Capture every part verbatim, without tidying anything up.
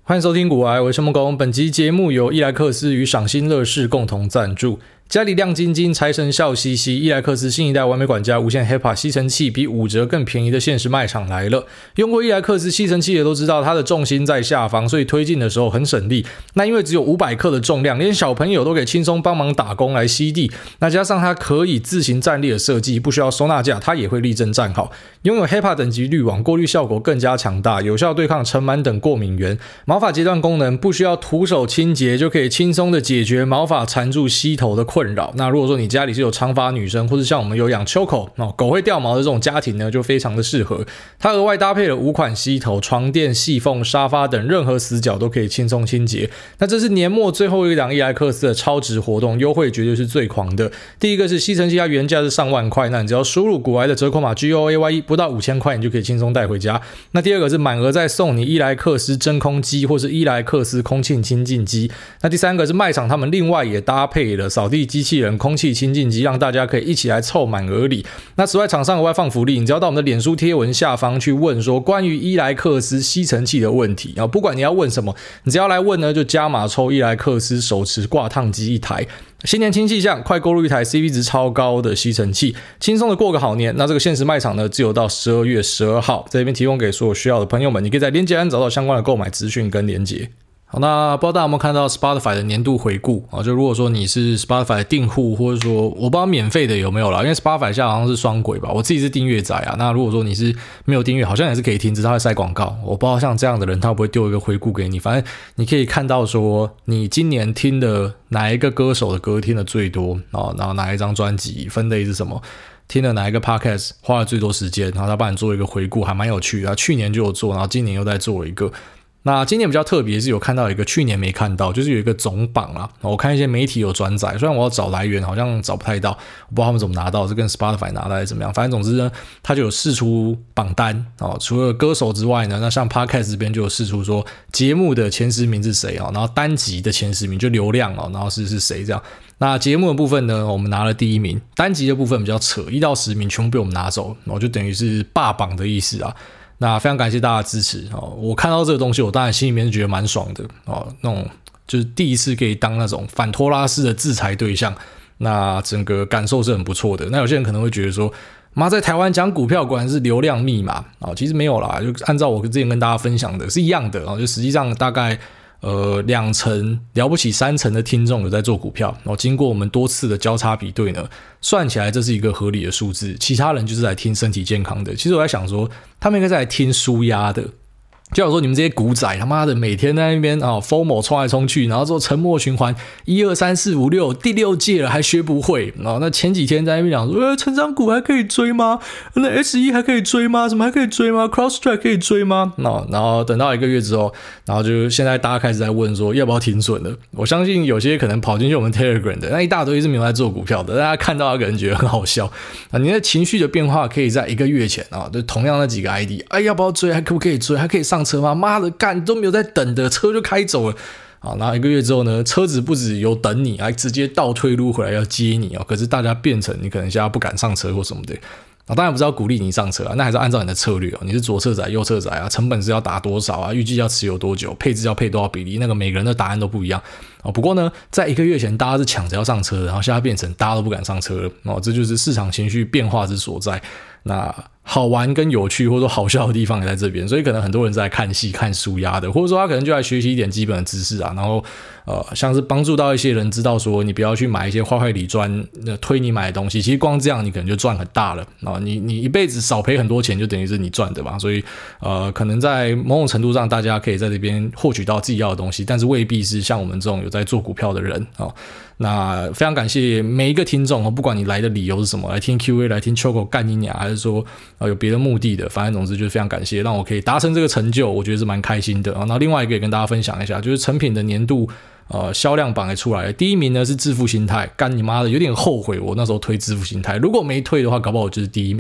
欢迎收听股癌，我是孟工。本集节目由伊莱克斯与赏心乐事共同赞助。家里亮晶晶，财神笑嘻嘻，伊莱克斯新一代完美管家无线 H E P A 吸尘器比五折更便宜的限时卖场来了。用过伊莱克斯吸尘器的都知道，它的重心在下方，所以推进的时候很省力。那因为只有五百克的重量，连小朋友都可以轻松帮忙打工来吸地。那加上它可以自行站立的设计，不需要收纳架，它也会立正站好。拥有 H E P A 等级滤网，过滤效果更加强大，有效对抗尘螨等过敏源。毛发截断功能，不需要徒手清洁就可以轻松的解决毛发缠住吸头的困扰。那如果说你家里是有长发女生，或是像我们有养秋口、哦、狗会掉毛的这种家庭呢，就非常的适合。它额外搭配了五款吸头，床垫、细缝、沙发等任何死角都可以轻松清洁。那这是年末最后一档伊莱克斯的超值活动，优惠绝对是最狂的。第一个是吸尘器，它原价是上万块，那你只要输入股癌的折扣码 G O A Y E， 不到五千块你就可以轻松带回家。那第二个是满额再送你伊莱克斯真空机或是伊莱克斯空气清净机。那第三个是卖场他们另外也搭配了扫地机器人、空气清净机，让大家可以一起来凑满额礼。那此外厂商额外放福利，你只要到我们的脸书贴文下方去问说关于伊莱克斯吸尘器的问题，不管你要问什么，你只要来问呢，就加码抽伊莱克斯手持挂烫机一台。新年新气象，快购入一台 C P 值超高的吸尘器，轻松的过个好年。那这个限时卖场呢，只有到十二月十二号，在这边提供给所有需要的朋友们，你可以在连结栏找到相关的购买资讯跟连结。好，那不知道大家有没有看到 Spotify 的年度回顾啊？就如果说你是 Spotify 的订户，或者说我不知道免费的有没有啦，因为 Spotify 现在好像是双轨吧，我自己是订阅仔啊。那如果说你是没有订阅，好像也是可以停止，它会塞广告。我不知道像这样的人他会不会丢一个回顾给你，反正你可以看到说你今年听的哪一个歌手的歌听的最多啊，然后哪一张专辑分类是什么。听了哪一个 podcast 花了最多时间，然后他帮你做一个回顾，还蛮有趣的。去年就有做，然后今年又在做一个。那今年比较特别是有看到一个去年没看到，就是有一个总榜啊，我看一些媒体有转载，虽然我要找来源好像找不太到，我不知道他们怎么拿到，是跟 Spotify 拿到还是怎么样，反正总之呢，他就有释出榜单哦，除了歌手之外呢，那像 Podcast 这边就有释出说节目的前十名是谁啊，然后单集的前十名就流量哦，然后是是谁这样。那节目的部分呢，我们拿了第一名，单集的部分比较扯，一到十名全部被我们拿走，我就等于是霸榜的意思啊。那非常感谢大家的支持哦！我看到这个东西，我当然心里面觉得蛮爽的哦。那种就是第一次可以当那种反托拉斯的制裁对象，那整个感受是很不错的。那有些人可能会觉得说，妈在台湾讲股票果然是流量密码啊、哦！其实没有啦，就按照我之前跟大家分享的是一样的啊、哦。就实际上大概呃两成了不起三成的听众有在做股票，然后经过我们多次的交叉比对呢，算起来这是一个合理的数字。其他人就是来听身体健康的。其实我在想说，他们应该是来听舒压的。就像说你们这些股仔他妈的每天在那边啊 F O M O 冲来冲去，然后做沉默循环一二三四五六第六届了还学不会，然后那前几天在那边讲说，呃，成长股还可以追吗？那 S 一 还可以追吗？什么还可以追吗 ？Crosstrek 可以追吗？然后等到一个月之后，然后就现在大家开始在问说要不要停损了。我相信有些可能跑进去我们 Telegram 的那一大堆是没有在做股票的，大家看到可能觉得很好笑啊。你的情绪的变化可以在一个月前啊，就同样那几个 I D， 哎，要不要追？还可不可以追？还可以上车吗？妈的干都没有在等的，车就开走了。好，然后一个月之后呢，车子不止有等你，还直接倒退路回来要接你哦。可是大家变成你可能现在不敢上车或什么的。啊，当然不是要鼓励你上车啊，那还是按照你的策略哦。你是左侧仔、右侧仔啊，成本是要打多少啊？预计要持有多久？配置要配多少比例？那个每个人的答案都不一样哦。不过呢，在一个月前大家是抢着要上车的，然后现在变成大家都不敢上车了哦。这就是市场情绪变化之所在。那好玩跟有趣或者说好笑的地方也在这边，所以可能很多人在看戏看书压的，或者说他可能就来学习一点基本的知识啊，然后呃像是帮助到一些人知道说你不要去买一些坏坏理专推你买的东西，其实光这样你可能就赚很大了啊，你你一辈子少赔很多钱就等于是你赚的吧，所以呃可能在某种程度上大家可以在这边获取到自己要的东西，但是未必是像我们这种有在做股票的人啊。那非常感谢每一个听众，不管你来的理由是什么，来听 Q A 来听 Choco 干你娘，还是说、呃、有别的目的的，反正总之就是非常感谢，让我可以达成这个成就，我觉得是蛮开心的。然后另外一个也跟大家分享一下，就是成品的年度呃销量榜也出来了，第一名呢是致富心态，干你妈的有点后悔我那时候推致富心态，如果没推的话搞不好我就是第一名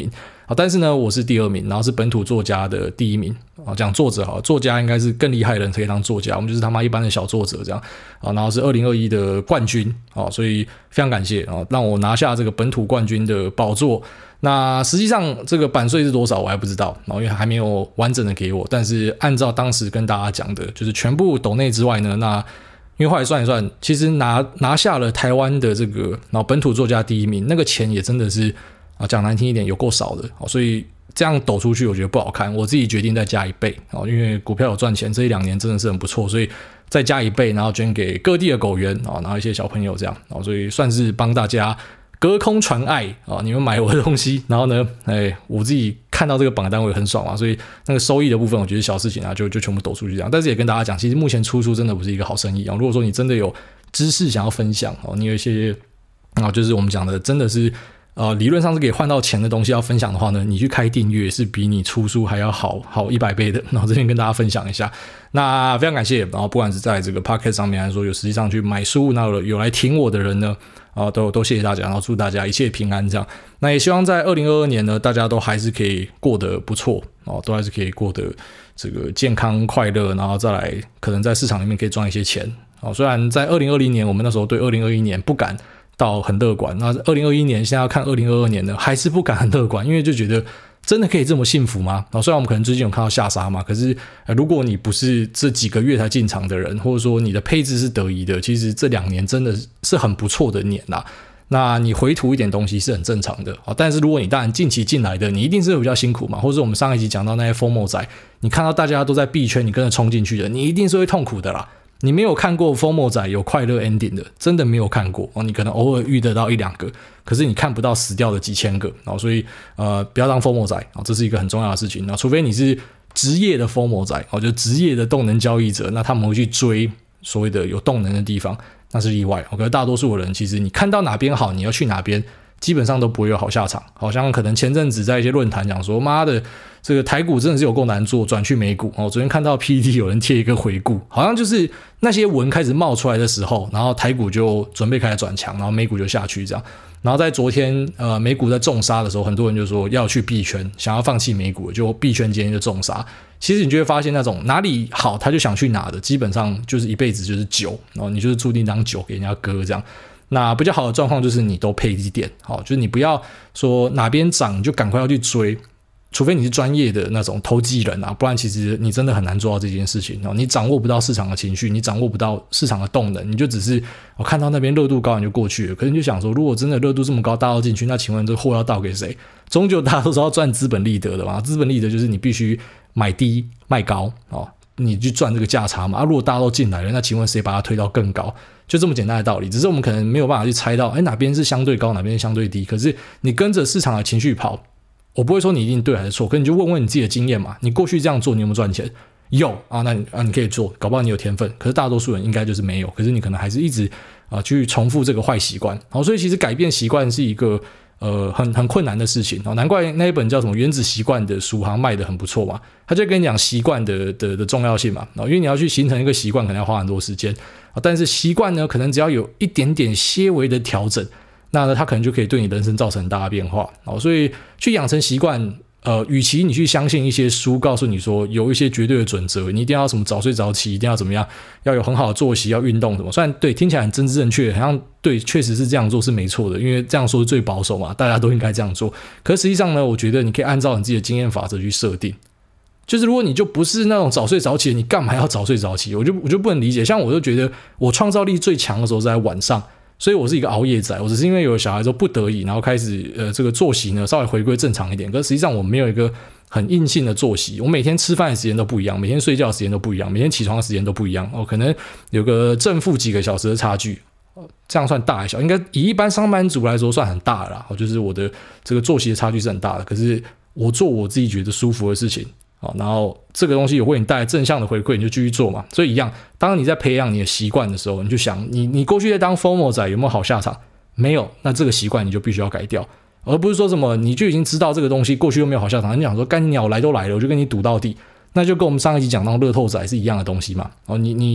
好，但是呢，我是第二名，然后是本土作家的第一名。啊，讲作者好，作家应该是更厉害的人可以当作家，我们就是他妈一般的小作者这样。啊，然后是二零二一的冠军。啊，所以非常感谢啊，让我拿下这个本土冠军的宝座。那实际上这个版税是多少我还不知道，因为还没有完整的给我。但是按照当时跟大家讲的，就是全部抖内之外呢，那因为后来算一算，其实拿拿下了台湾的这个然后本土作家第一名，那个钱也真的是啊讲难听一点有够少的，所以这样抖出去我觉得不好看。我自己决定再加一倍，因为股票有赚钱，这一两年真的是很不错，所以再加一倍，然后捐给各地的狗园，然后一些小朋友这样，所以算是帮大家隔空传爱啊！你们买我的东西，然后呢，哎，我自己看到这个榜单我也很爽嘛，所以那个收益的部分我觉得小事情啊，就就全部抖出去这样。但是也跟大家讲，其实目前出书真的不是一个好生意啊。如果说你真的有知识想要分享哦，你有一些啊，就是我们讲的真的是呃理论上是可以换到钱的东西要分享的话呢，你去开订阅是比你出书还要好好一百倍的。然后这边跟大家分享一下，那非常感谢。然后不管是在这个 podcast 上面，还是说有实际上去买书，那有有来听我的人呢。啊，都都谢谢大家，然后祝大家一切平安这样。那也希望在二零二二年呢，大家都还是可以过得不错哦，都还是可以过得这个健康快乐，然后再来可能在市场里面可以赚一些钱哦。虽然在二零二零年，我们那时候对二零二一年不敢到很乐观，那二零二一年现在要看二零二二年呢，还是不敢很乐观，因为就觉得真的可以这么幸福吗？虽然我们可能最近有看到下杀嘛，可是、呃、如果你不是这几个月才进场的人，或者说你的配置是得宜的，其实这两年真的是很不错的年啦。那你回吐一点东西是很正常的，但是如果你当然近期进来的，你一定是会比较辛苦嘛，或者我们上一集讲到那些 FOMO 仔，你看到大家都在币圈，你跟着冲进去的，你一定是会痛苦的啦。你没有看过 FOMO 仔有快乐 ending 的，真的没有看过哦。你可能偶尔遇得到一两个，可是你看不到死掉的几千个哦。所以呃，不要当 FOMO 仔哦，这是一个很重要的事情。那除非你是职业的 FOMO 仔哦，就职业的动能交易者，那他们会去追所谓的有动能的地方，那是例外。可是大多数的人，其实你看到哪边好，你要去哪边，基本上都不会有好下场。好像可能前阵子在一些论坛讲说，妈的，这个台股真的是有够难做，转去美股。哦，昨天看到 P T T 有人贴一个回顾，好像就是那些文开始冒出来的时候，然后台股就准备开始转强，然后美股就下去这样。然后在昨天呃美股在重杀的时候，很多人就说要去币圈，想要放弃美股，就币圈今天就重杀。其实你就会发现，那种哪里好他就想去哪的，基本上就是一辈子就是酒，然后你就是注定当酒给人家割这样。那比较好的状况就是你都配一点，好，就是你不要说哪边涨你就赶快要去追，除非你是专业的那种投机人啊，不然其实你真的很难做到这件事情。你掌握不到市场的情绪，你掌握不到市场的动能，你就只是我看到那边热度高你就过去了。可是你就想说，如果真的热度这么高，大家都进去，那请问这货要倒给谁？终究大家都是要赚资本利得的嘛。资本利得就是你必须买低卖高哦，你去赚这个价差嘛。啊，如果大家都进来了，那请问谁把它推到更高？就这么简单的道理，只是我们可能没有办法去猜到，哎，哪边是相对高，哪边是相对低。可是你跟着市场的情绪跑，我不会说你一定对还是错，可你就问问你自己的经验嘛。你过去这样做，你有没有赚钱？有啊，那 你, 啊你可以做，搞不好你有天分。可是大多数人应该就是没有，可是你可能还是一直啊去重复这个坏习惯。好，所以其实改变习惯是一个呃很很困难的事情。难怪那一本叫什么《原子习惯》的书行卖得很不错嘛。他就跟你讲习惯 的, 的, 的重要性嘛，因为你要去形成一个习惯，可能要花很多时间。但是习惯呢，可能只要有一点点些微的调整，那呢，它可能就可以对你人生造成很大的变化。所以去养成习惯，呃，与其你去相信一些书告诉你说有一些绝对的准则，你一定要什么早睡早起，一定要怎么样，要有很好的作息，要运动什么。虽然对听起来很真知正确，好像对确实是这样做是没错的，因为这样说是最保守嘛，大家都应该这样做。可是实际上呢，我觉得你可以按照你自己的经验法则去设定。就是如果你就不是那种早睡早起的，你干嘛要早睡早起？我就我就不能理解。像我就觉得我创造力最强的时候是在晚上，所以我是一个熬夜仔。我只是因为有了小孩之后不得已，然后开始呃这个作息呢稍微回归正常一点。可是实际上我没有一个很硬性的作息，我每天吃饭的时间都不一样，每天睡觉的时间都不一样，每天起床的时间都不一样。哦，可能有个正负几个小时的差距。这样算大还小？应该以一般上班族来说算很大了啦。就是我的这个作息的差距是很大的，可是我做我自己觉得舒服的事情。然后这个东西有为你带来正向的回馈，你就继续做嘛。所以一样，当你在培养你的习惯的时候，你就想你你过去在当 FOMO 仔有没有好下场？没有，那这个习惯你就必须要改掉，而不是说什么你就已经知道这个东西过去又没有好下场，你想说干鸟来都来了，我就跟你赌到底，那就跟我们上一集讲到乐透仔是一样的东西嘛。你你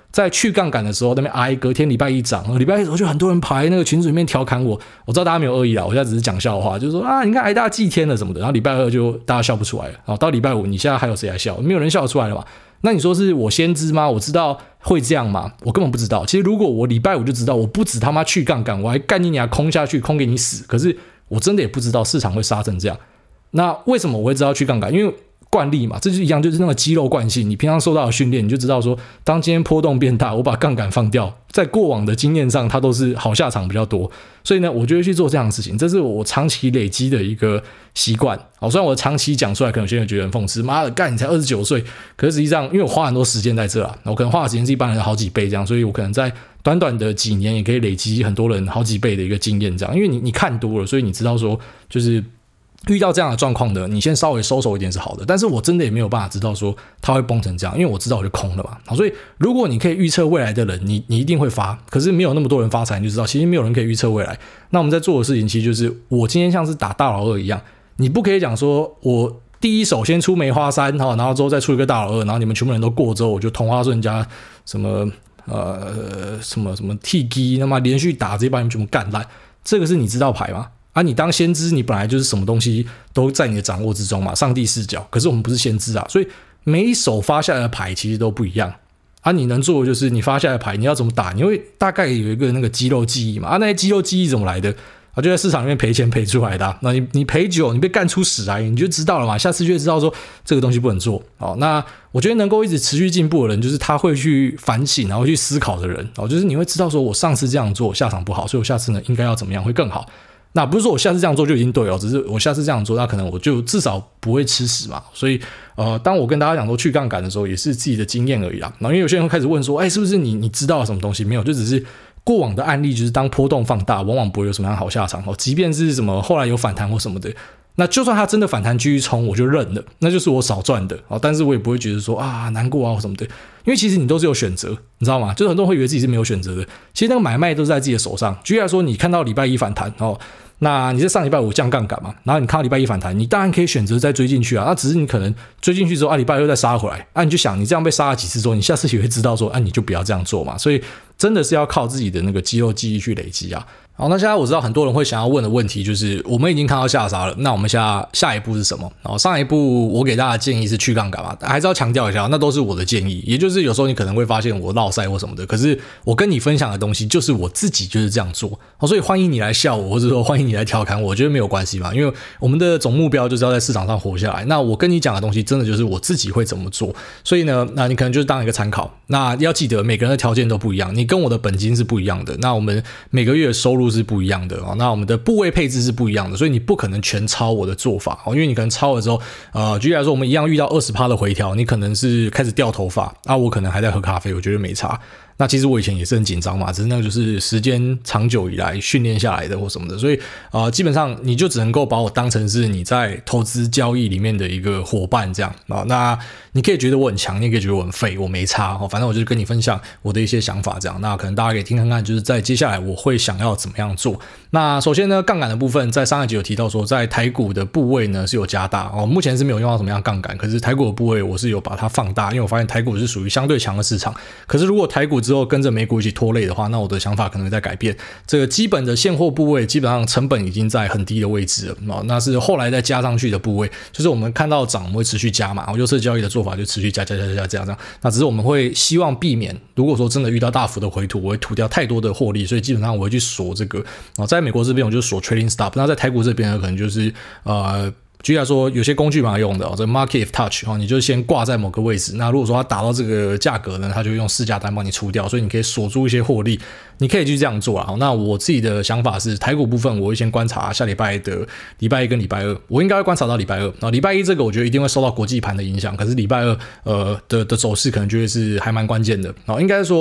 在去杠杆的时候那边挨，隔天礼拜一涨，礼拜一的时候就很多人排那个群组里面调侃我，我知道大家没有恶意啦，我现在只是讲笑话，就是说啊，你看挨大祭天了什么的，然后礼拜二就大家笑不出来了，然后到礼拜五你现在还有谁来笑？没有人笑得出来了嘛？那你说是我先知吗？我知道会这样吗？我根本不知道。其实如果我礼拜五就知道，我不止他妈去杠杆，我还干你娘空下去，空给你死。可是我真的也不知道市场会杀成这样。那为什么我会知道去杠杆？因为惯例嘛，这就一样，就是那个肌肉惯性。你平常受到的训练，你就知道说，当今天波动变大，我把杠杆放掉，在过往的经验上，它都是好下场比较多。所以呢，我就会去做这样的事情，这是我长期累积的一个习惯。好，虽然我长期讲出来，可能有些人觉得很讽刺，妈的，干你才二十九岁，可是实际上，因为我花很多时间在这啊，我可能花的时间是一般人的好几倍这样，所以我可能在短短的几年也可以累积很多人好几倍的一个经验这样。因为你你看多了，所以你知道说，就是遇到这样的状况的，你先稍微收手一点是好的，但是我真的也没有办法知道说它会崩成这样，因为我知道我就空了嘛。好，所以如果你可以预测未来的人，你你一定会发，可是没有那么多人发财，你就知道其实没有人可以预测未来。那我们在做的事情其实就是我今天像是打大老二一样，你不可以讲说我第一手先出梅花三，然后之后再出一个大老二，然后你们全部人都过之后，我就同花顺加什么呃什么什么 T G， 那么连续打直接把你们全部干烂，这个是你知道牌吗？啊，你当先知，你本来就是什么东西都在你的掌握之中嘛，上帝视角。可是我们不是先知啊，所以每一手发下来的牌其实都不一样啊。你能做的就是你发下来的牌，你要怎么打，你会大概有一个那个肌肉记忆嘛。啊，那些肌肉记忆怎么来的？啊，就在市场里面赔钱赔出来的啊。那你你赔久，你被干出屎来，你就知道了嘛。下次就会知道说这个东西不能做。哦，那我觉得能够一直持续进步的人，就是他会去反省，然后去思考的人。哦，就是你会知道说我上次这样做下场不好，所以我下次呢应该要怎么样会更好。那不是说我下次这样做就已经对了，只是我下次这样做，那可能我就至少不会吃屎嘛。所以，呃，当我跟大家讲说去杠杆的时候，也是自己的经验而已啦。然后因为有些人会开始问说，哎，是不是你你知道什么东西？没有，就只是过往的案例，就是当波动放大，往往不会有什么样好下场哦。即便是什么后来有反弹或什么的，那就算它真的反弹继续冲，我就认了，那就是我少赚的哦。但是我也不会觉得说啊难过啊或什么的，因为其实你都是有选择，你知道吗？就是很多人会以为自己是没有选择的，其实那个买卖都是在自己的手上。举例来说，你看到礼拜一反弹哦。那你在上礼拜五降杠杆嘛，然后你看到礼拜一反弹，你当然可以选择再追进去啊。那只是你可能追进去之后，啊礼拜二又再杀回来，啊你就想你这样被杀了几次之后，你下次也会知道说，啊你就不要这样做嘛。所以真的是要靠自己的那个肌肉记忆去累积啊。好，那现在我知道很多人会想要问的问题就是，我们已经看到下杀了，那我们下下一步是什么？然后上一步我给大家的建议是去杠杆嘛，还是要强调一下，那都是我的建议，也就是有时候你可能会发现我落赛或什么的，可是我跟你分享的东西就是我自己就是这样做，所以欢迎你来笑我，或者说欢迎你来调侃我，我觉得没有关系嘛，因为我们的总目标就是要在市场上活下来。那我跟你讲的东西真的就是我自己会怎么做，所以呢，那你可能就是当一个参考。那要记得每个人的条件都不一样，你跟我的本金是不一样的，那我们每个月的收入是不一样的。那我们的部位配置是不一样的，所以你不可能全抄我的做法，因为你可能抄了之后，呃，举例来说，我们一样遇到 百分之二十 的回调，你可能是开始掉头发，啊，我可能还在喝咖啡，我觉得没差。那其实我以前也是很紧张嘛，只是那个就是时间长久以来训练下来的或什么的，所以呃，基本上你就只能够把我当成是你在投资交易里面的一个伙伴这样啊。那你可以觉得我很强，你也可以觉得我很废，我没差哦，反正我就是跟你分享我的一些想法这样。那可能大家可以听看看，就是在接下来我会想要怎么样做。那首先呢，杠杆的部分在上一集有提到说，在台股的部位呢是有加大哦，目前是没有用到什么样杠杆，可是台股的部位我是有把它放大，因为我发现台股是属于相对强的市场。可是如果台股之后跟着美股一起拖累的话，那我的想法可能会在改变。这个基本的现货部位基本上成本已经在很低的位置了，哦，那是后来再加上去的部位，就是我们看到涨我们会持续加嘛，我右侧交易的做法就持续加加加加加这样这样。那只是我们会希望避免，如果说真的遇到大幅的回吐，我会吐掉太多的获利，所以基本上我会去锁这个。哦，在美国这边我就锁 trading stop， 那在台股这边呢，可能就是呃。举例来说，有些工具蛮用的，哦，这 market if touch，哦，你就先挂在某个位置。那如果说它打到这个价格呢，它就用市价单帮你出掉，所以你可以锁住一些获利，你可以去这样做啦。那我自己的想法是，台股部分我会先观察下礼拜的礼拜一跟礼拜二，我应该会观察到礼拜二。那礼拜一这个我觉得一定会受到国际盘的影响，可是礼拜二呃的的走势可能就会是还蛮关键的。然后应该说。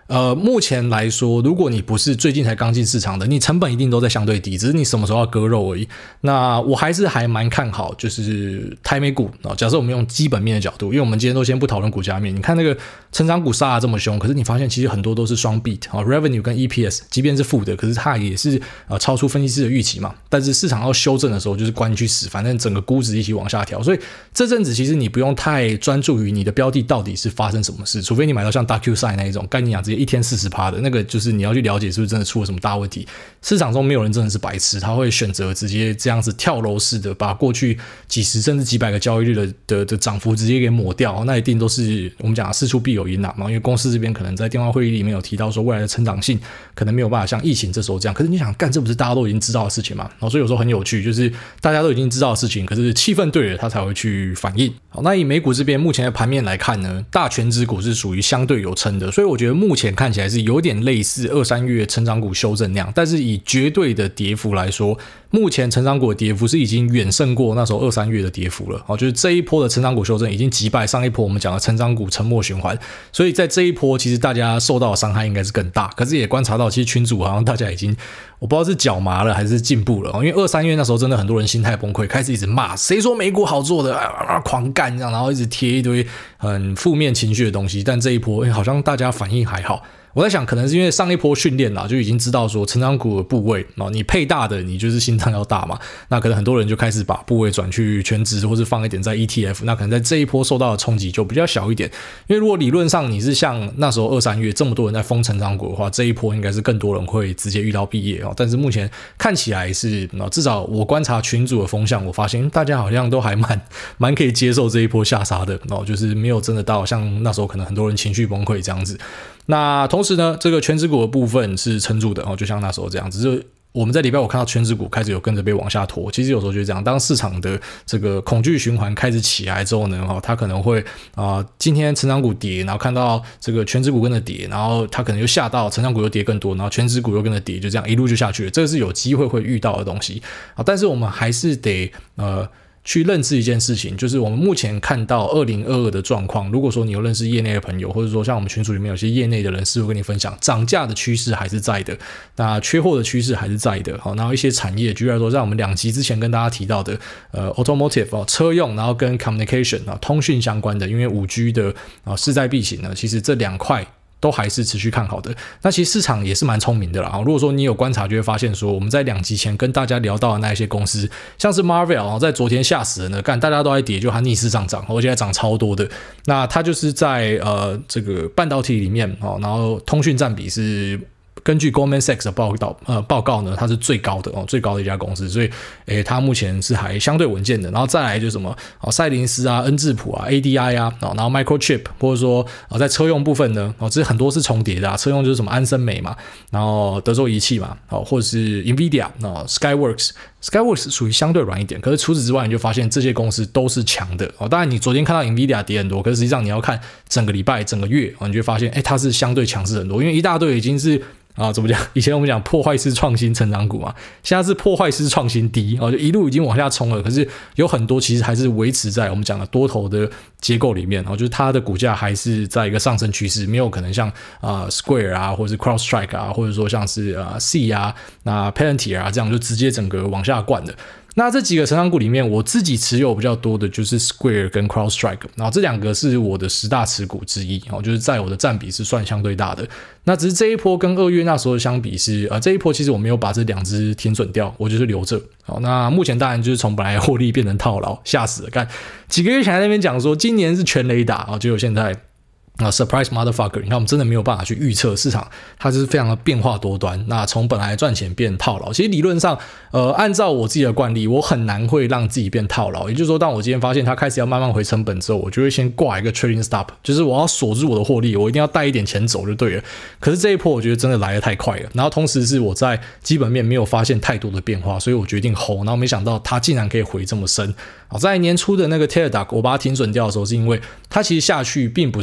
呃，目前来说，如果你不是最近才刚进市场的，你成本一定都在相对低，只是你什么时候要割肉而已。那我还是还蛮看好，就是台美股啊。假设我们用基本面的角度，因为我们今天都先不讨论股价面，你看那个成长股杀得这么凶，可是你发现其实很多都是双 beat 啊 ，revenue 跟 E P S， 即便是负的，可是它也是呃超出分析师的预期嘛。但是市场要修正的时候，就是关你去死，反正整个估值一起往下调。所以这阵子其实你不用太专注于你的标的到底是发生什么事，除非你买到像 DocuSign 那一种概念啊，直接一天 百分之四十 的那个，就是你要去了解是不是真的出了什么大问题。市场中没有人真的是白痴，他会选择直接这样子跳楼式的把过去几十甚至几百个交易日的的的涨幅直接给抹掉，那一定都是我们讲的事出必有因啦。因为公司这边可能在电话会议里面有提到说未来的成长性可能没有办法像疫情这时候这样，可是你想干，这不是大家都已经知道的事情嘛？所以有时候很有趣，就是大家都已经知道的事情，可是气氛对了，他才会去反应。好，那以美股这边目前的盘面来看呢，大权值股是属于相对有撑的，所以我觉得目前看起来是有点类似二三月成长股修正那样，但是以绝对的跌幅来说，目前成长股的跌幅是已经远胜过那时候二三月的跌幅了。就是这一波的成长股修正已经击败上一波我们讲的成长股沉默循环，所以在这一波其实大家受到的伤害应该是更大。可是也观察到其实群组好像大家已经我不知道是脚麻了还是进步了，因为二三月那时候真的很多人心态崩溃，开始一直骂谁说美股好做的、啊、狂干这样，然后一直贴一堆很负面情绪的东西。但这一波好像大家反应还好，我在想可能是因为上一波训练啦，就已经知道说成长股的部位，你配大的你就是心脏要大嘛，那可能很多人就开始把部位转去全值或是放一点在 E T F， 那可能在这一波受到的冲击就比较小一点。因为如果理论上你是像那时候二三月这么多人在封成长股的话，这一波应该是更多人会直接遇到毕业，但是目前看起来是至少我观察群组的风向，我发现大家好像都还蛮蛮可以接受这一波下杀的，就是没有真的到像那时候可能很多人情绪崩溃这样子。那同时呢，这个全指股的部分是撑住的，就像那时候这样子，就我们在礼拜五看到全指股开始有跟着被往下拖，其实有时候就是这样，当市场的这个恐惧循环开始起来之后呢，它可能会啊、呃，今天成长股跌，然后看到这个全指股跟着跌，然后它可能又吓到成长股又跌更多，然后全指股又跟着跌，就这样一路就下去了，这个是有机会会遇到的东西啊，但是我们还是得呃。去认知一件事情，就是我们目前看到二零二二的状况，如果说你有认识业内的朋友，或者说像我们群组里面有些业内的人士会跟你分享，涨价的趋势还是在的，那缺货的趋势还是在的，然后一些产业，举例来说，在我们两集之前跟大家提到的呃 automotive 车用，然后跟 communication 通讯相关的，因为 五 G 的势在必行呢，其实这两块都还是持续看好的。那其实市场也是蛮聪明的啦，如果说你有观察就会发现说，我们在两集前跟大家聊到的那一些公司，像是 Marvell 在昨天吓死人了，干大家都在跌，就它逆势上涨，而且还涨超多的。那它就是在呃这个半导体里面，然后通讯占比是根据 Goldman Sachs 的报告，呃，报告呢，它是最高的哦，最高的一家公司，所以，诶，它目前是还相对稳健的。然后再来就是什么，哦，赛灵思啊、恩智浦啊、A D I 啊，哦，然后 Microchip 或者说啊，在车用部分呢，哦，这很多是重叠的啊。车用就是什么安森美嘛，然后德州仪器嘛，哦，或者是 Nvidia 哦 ，Skyworks。Skyworks 属于相对软一点，可是除此之外，你就发现这些公司都是强的哦。当然，你昨天看到 Nvidia 跌很多，可是实际上你要看整个礼拜、整个月，哦，你就会发现，哎，它是相对强势很多，因为一大堆已经是。啊，怎么讲？以前我们讲破坏式创新成长股嘛，现在是破坏式创新低哦，就一路已经往下冲了。可是有很多其实还是维持在我们讲的多头的结构里面哦，就是它的股价还是在一个上升趋势，没有可能像啊、呃、Square 啊，或者是 CrowdStrike 啊，或者说像是啊、呃、C 啊、那 Palantir 啊这样就直接整个往下灌的。那这几个成长股里面，我自己持有比较多的就是 Square 跟 CrowdStrike， 然后这两个是我的十大持股之一，就是在我的占比是算相对大的。那只是这一波跟二月那时候相比是，呃，这一波其实我没有把这两只停损掉，我就是留着。好，那目前当然就是从本来获利变成套牢，吓死了！看几个月前在那边讲说今年是全雷打，结果现在。那 surprise motherfucker， 你看我们真的没有办法去预测市场，它就是非常的变化多端。那从本来赚钱变套牢，其实理论上，呃，按照我自己的惯例，我很难会让自己变套牢。也就是说，当我今天发现它开始要慢慢回成本之后，我就会先挂一个 trading stop， 就是我要锁住我的获利，我一定要带一点钱走就对了。可是这一波我觉得真的来得太快了，然后同时是我在基本面没有发现太多的变化，所以我决定 hold， 然后没想到它竟然可以回这么深。好，在年初的那个 Teladoc 我把它停损掉的时候，是因为它其实下去并不是像现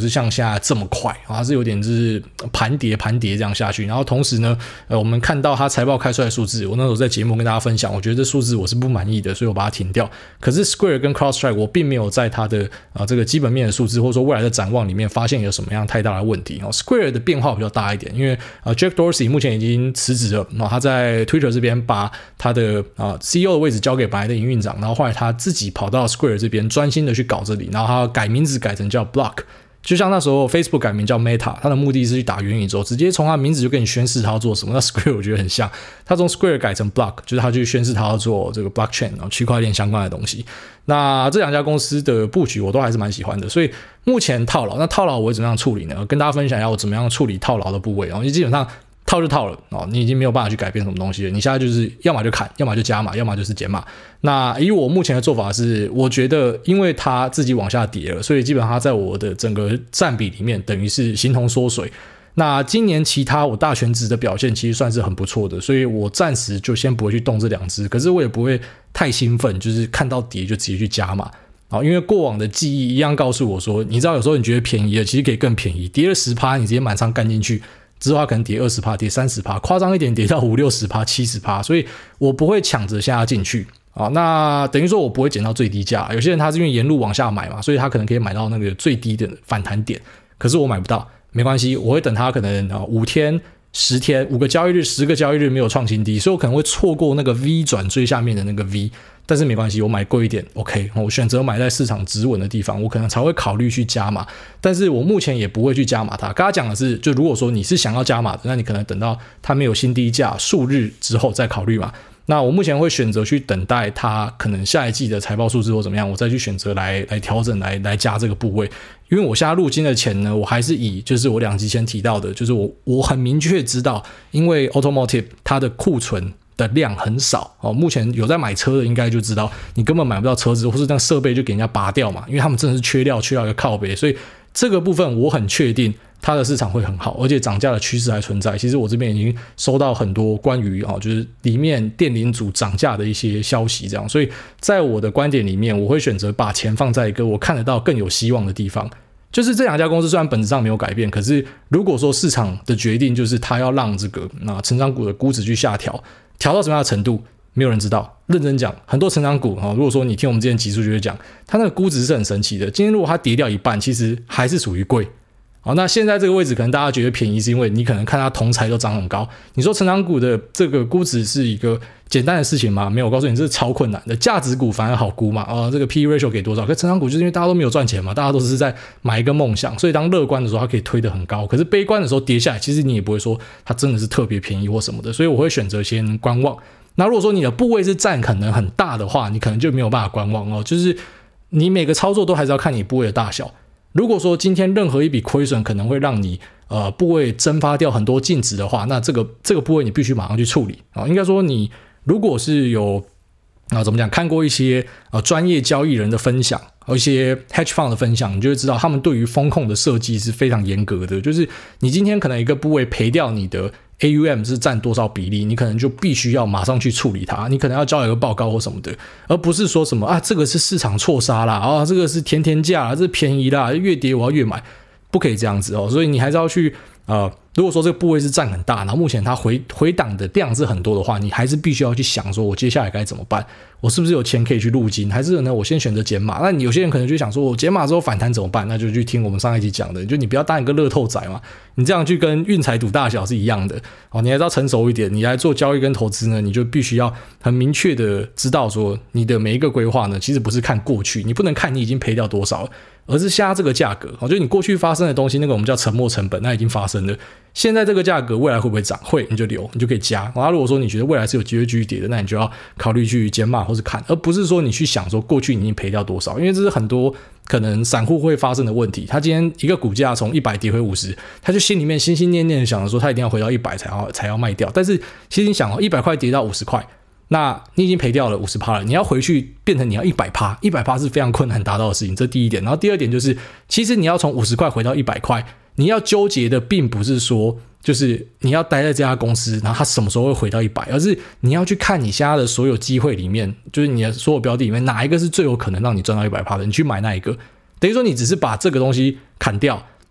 现在这么快啊，它是有点就是盘跌盘跌这样下去。然后同时呢，呃，我们看到它财报开出来的数字，我那时候在节目跟大家分享，我觉得这数字我是不满意的，所以我把它停掉。可是 Square 跟 CrowdStrike 我并没有在它的啊这个基本面的数字或者说未来的展望里面发现有什么样太大的问题。哦、Square 的变化比较大一点，因为啊 Jack Dorsey 目前已经辞职了，然后他在 Twitter 这边把他的啊 C E O 的位置交给本来的营运长，然后后来他自己跑到 Square 这边专心的去搞这里，然后他改名字改成叫 Block。就像那时候 Facebook 改名叫 Meta， 它的目的是去打元宇宙，直接从它名字就跟你宣示它要做什么。那 Square 我觉得很像，它从 Square 改成 Block， 就是它去宣示它要做这个 Blockchain 区块链相关的东西。那这两家公司的布局我都还是蛮喜欢的，所以目前套牢，那套牢我会怎么样处理呢？跟大家分享一下我怎么样处理套牢的部位。然后基本上套就套了哦，你已经没有办法去改变什么东西了。你现在就是要么就砍，要么就加码，要么就是减码。那以我目前的做法是，我觉得因为它自己往下跌了，所以基本上它在我的整个占比里面等于是形同缩水。那今年其他我大权值的表现其实算是很不错的，所以我暂时就先不会去动这两只，可是我也不会太兴奋，就是看到跌就直接去加码。因为过往的记忆一样告诉我说，你知道有时候你觉得便宜了，其实可以更便宜，跌了 百分之十 你直接满仓干进去之后它可能跌 百分之二十 跌 百分之三十 夸张一点跌到五六十 百分之七十， 所以我不会抢着下进去啊。那等于说我不会捡到最低价，有些人他是因为沿路往下买嘛，所以他可能可以买到那个最低的反弹点，可是我买不到，没关系，我会等他可能五天十天五个交易日十个交易日没有创新低，所以我可能会错过那个 V 转最下面的那个 V， 但是没关系，我买贵一点 OK， 我选择买在市场止稳的地方，我可能才会考虑去加码，但是我目前也不会去加码它。刚刚讲的是，就如果说你是想要加码的，那你可能等到它没有新低价数日之后再考虑嘛。那我目前会选择去等待它可能下一季的财报数字或怎么样，我再去选择来来调整来来加这个部位。因为我现在入金的钱呢，我还是以就是我两集前提到的，就是我我很明确知道，因为 Automotive 它的库存的量很少哦，目前有在买车的应该就知道，你根本买不到车子，或是那个设备就给人家拔掉嘛，因为他们真的是缺料缺到一个靠北，所以这个部分我很确定它的市场会很好，而且涨价的趋势还存在。其实我这边已经收到很多关于哦，就是里面电零组涨价的一些消息，这样，所以在我的观点里面，我会选择把钱放在一个我看得到更有希望的地方。就是这两家公司虽然本质上没有改变，可是如果说市场的决定就是它要让这个那成长股的估值去下调，调到什么样的程度，没有人知道。认真讲，很多成长股、哦、如果说你听我们之前集数就会讲，它那个估值是很神奇的。今天如果它跌掉一半，其实还是属于贵。好，那现在这个位置可能大家觉得便宜，是因为你可能看它同财都涨很高。你说成长股的这个估值是一个简单的事情吗？没有，我告诉你，这是超困难的。价值股反而好估嘛，啊，这个 P E ratio 给多少？可成长股就是因为大家都没有赚钱嘛，大家都是在买一个梦想，所以当乐观的时候它可以推得很高，可是悲观的时候跌下来，其实你也不会说它真的是特别便宜或什么的，所以我会选择先观望。那如果说你的部位是占可能很大的话，你可能就没有办法观望哦，就是你每个操作都还是要看你部位的大小。如果说今天任何一笔亏损可能会让你呃部位蒸发掉很多净值的话，那这个这个部位你必须马上去处理啊、哦。应该说你如果是有啊、呃、怎么讲看过一些呃专业交易人的分享，一些 hedge fund 的分享，你就会知道他们对于风控的设计是非常严格的。就是你今天可能一个部位赔掉你的 A U M 是占多少比例，你可能就必须要马上去处理它，你可能要交一个报告或什么的，而不是说什么啊这个是市场错杀啦，啊这个是甜甜价啦，这是便宜啦，越跌我要越买，不可以这样子哦。所以你还是要去呃，如果说这个部位是占很大，然后目前它回回档的量是很多的话，你还是必须要去想说我接下来该怎么办，我是不是有钱可以去入金，还是呢我先选择减码。那你有些人可能就想说我减码之后反弹怎么办，那就去听我们上一集讲的，就你不要当一个乐透仔嘛，你这样去跟运财赌大小是一样的哦。你还是要成熟一点，你来做交易跟投资呢，你就必须要很明确的知道说你的每一个规划呢，其实不是看过去，你不能看你已经赔掉多少了，而是现在这个价格，就是你过去发生的东西，那个我们叫沉没成本，那已经发生了。现在这个价格未来会不会涨？会，你就留，你就可以加。然后如果说你觉得未来是有机会继续跌的，那你就要考虑去减码或是看，而不是说你去想说过去你已经赔掉多少，因为这是很多可能散户会发生的问题。他今天一个股价从一百跌回五十，他就心里面心心念念的想着说他一定要回到一百才要才要卖掉，但是其实你想哦，一百块跌到五十块。那你已经赔掉了 百分之五十 了，你要回去变成你要 百分之百， 百分之百 是非常困难达到的事情，这第一点。然后第二点就是，其实你要从五十块回到一百块，你要纠结的并不是说就是你要待在这家公司，然后它什么时候会回到一百，而是你要去看你现在的所有机会里面，就是你的所有标的里面哪一个是最有可能让你赚到 百分之百 的，你去买那一个。等于说你只是把这个东西砍掉，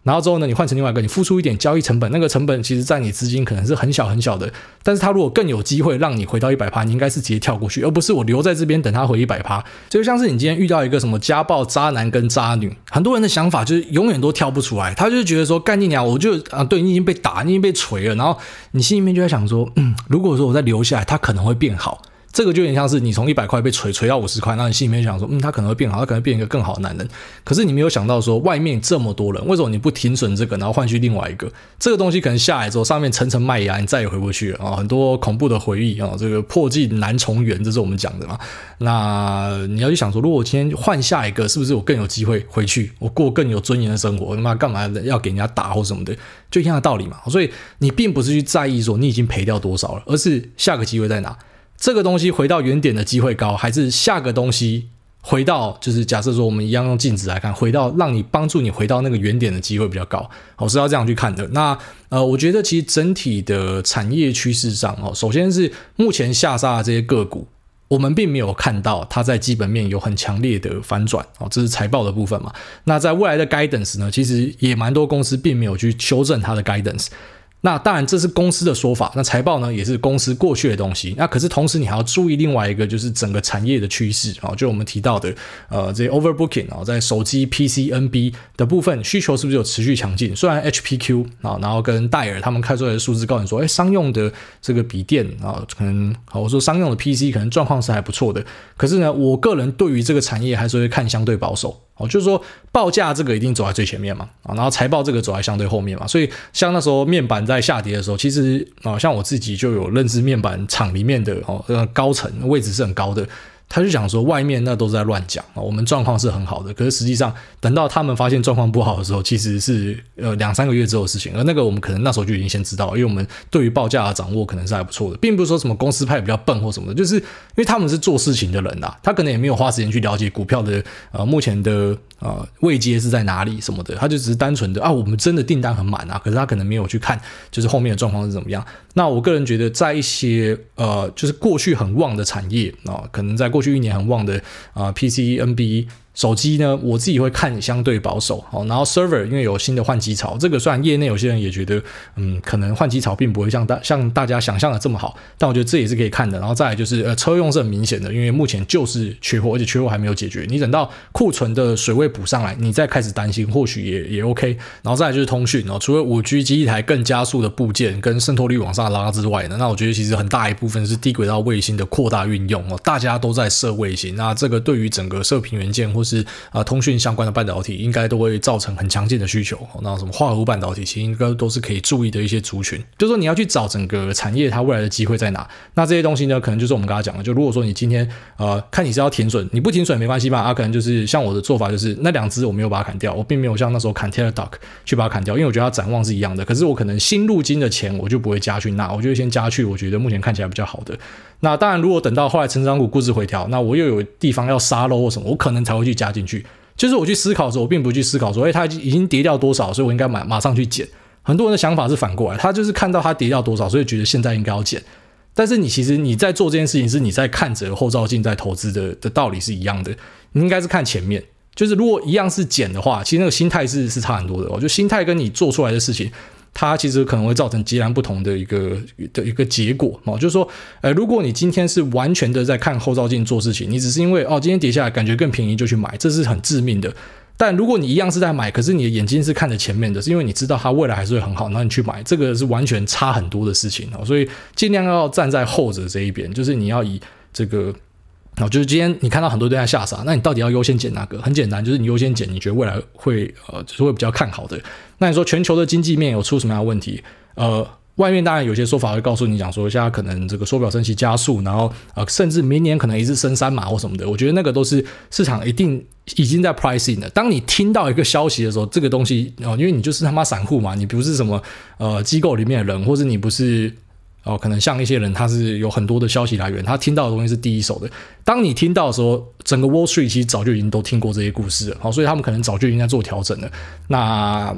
然后之后呢，你换成另外一个，你付出一点交易成本，那个成本其实在你资金可能是很小很小的，但是它如果更有机会让你回到 百分之百， 你应该是直接跳过去，而不是我留在这边等它回 百分之百。 就像是你今天遇到一个什么家暴渣男跟渣女，很多人的想法就是永远都跳不出来，他就是觉得说干你娘，我就啊，对，你已经被打，你已经被锤了，然后你心里面就在想说，嗯，如果说我再留下来，他可能会变好。这个就有点像是你从一百块被锤锤到五十块，那你心里面想说，嗯，他可能会变好，他可能变一个更好的男人。可是你没有想到说，外面这么多人，为什么你不停损这个，然后换去另外一个？这个东西可能下来之后，上面层层麦芽，你再也回不去了啊、哦！很多恐怖的回忆啊、哦，这个破镜难重圆，这是我们讲的嘛。那你要去想说，如果我今天换下一个，是不是我更有机会回去，我过更有尊严的生活？他妈干嘛要给人家打或什么的？就一样的道理嘛。所以你并不是去在意说你已经赔掉多少了，而是下个机会在哪？这个东西回到原点的机会高，还是下个东西回到，就是假设说我们一样用净值来看，回到让你帮助你回到那个原点的机会比较高，我是要这样去看的。那呃，我觉得其实整体的产业趋势上，哦，首先是目前下杀的这些个股，我们并没有看到它在基本面有很强烈的反转，哦，这是财报的部分嘛。那在未来的 guidance 呢，其实也蛮多公司并没有去修正它的 guidance。那当然这是公司的说法，那财报呢也是公司过去的东西。那可是同时你还要注意另外一个，就是整个产业的趋势，就我们提到的呃这些 overbooking， 在手机 P C N B 的部分需求是不是有持续强劲？虽然 H P Q 然后跟戴尔他们开出来的数字告诉你说，商用的这个笔电可能我说商用的 P C 可能状况是还不错的，可是呢我个人对于这个产业还是会看相对保守。哦，就是说报价这个一定走在最前面嘛，啊，然后财报这个走在相对后面嘛，所以像那时候面板在下跌的时候，其实啊，像我自己就有认识面板厂里面的哦高层，位置是很高的。他就讲说外面那都是在乱讲，我们状况是很好的，可是实际上等到他们发现状况不好的时候，其实是呃两三个月之后的事情，而那个我们可能那时候就已经先知道，因为我们对于报价的掌握可能是还不错的，并不是说什么公司派比较笨或什么的，就是因为他们是做事情的人啦，他可能也没有花时间去了解股票的呃目前的呃位阶是在哪里什么的，他就只是单纯的啊我们真的订单很满啊，可是他可能没有去看就是后面的状况是怎么样。那我个人觉得在一些呃就是过去很旺的产业啊、呃，可能在过去一年很旺的啊、呃、P C N B 手机呢，我自己会看相对保守，哦，然后 server 因为有新的换机潮，这个虽然业内有些人也觉得，嗯，可能换机潮并不会像大像大家想象的这么好，但我觉得这也是可以看的。然后再来就是呃车用是很明显的，因为目前就是缺货，而且缺货还没有解决，你等到库存的水位补上来，你再开始担心，或许也也 OK。然后再来就是通讯哦，除了 五 G 基地台更加速的部件跟渗透率往上拉之外呢，那我觉得其实很大一部分是低轨道卫星的扩大运用哦，大家都在射卫星，那这个对于整个射频元件或是啊通讯相关的半导体应该都会造成很强劲的需求。那什么化合物半导体其实应该都是可以注意的一些族群，就是说你要去找整个产业它未来的机会在哪。那这些东西呢，可能就是我们刚才讲的，就如果说你今天呃看你是要停损，你不停损也没关系嘛，啊可能就是像我的做法就是那两只我没有把它砍掉，我并没有像那时候砍 Teladoc 去把它砍掉，因为我觉得它展望是一样的，可是我可能新入金的钱我就不会加去那，我就会先加去我觉得目前看起来比较好的。那当然如果等到后来成长股估值回调，那我又有地方要杀漏或什么，我可能才会去加进去。就是我去思考的时候，我并不去思考说，哎，它已经跌掉多少，所以我应该马马上去减。很多人的想法是反过来，他就是看到它跌掉多少，所以觉得现在应该要减。但是你其实你在做这件事情，是你在看着后照镜在投资的的道理是一样的，你应该是看前面。就是如果一样是减的话，其实那个心态是是差很多的。我觉得心态跟你做出来的事情，它其实可能会造成截然不同的一个的一个结果哦，就是说，呃，如果你今天是完全的在看后照镜做事情，你只是因为哦今天跌下来感觉更便宜就去买，这是很致命的。但如果你一样是在买，可是你的眼睛是看着前面的，是因为你知道它未来还是会很好，然后你去买，这个是完全差很多的事情哦。所以尽量要站在后者这一边，就是你要以这个。哦，就是今天你看到很多人在下杀，那你到底要优先捡哪个？很简单，就是你优先捡你觉得未来会呃就是会比较看好的。那你说全球的经济面有出什么样的问题？呃，外面当然有些说法会告诉你讲说，现在可能这个缩表升息加速，然后呃甚至明年可能一次升三码或什么的。我觉得那个都是市场一定已经在 pricing 了。当你听到一个消息的时候，这个东西哦、呃，因为你就是他妈散户嘛，你不是什么呃机构里面的人，或者你不是。哦，可能像一些人，他是有很多的消息来源，他听到的东西是第一手的。当你听到的时候，整个 Wall Street 其实早就已经都听过这些故事了，好，所以他们可能早就已经在做调整了。那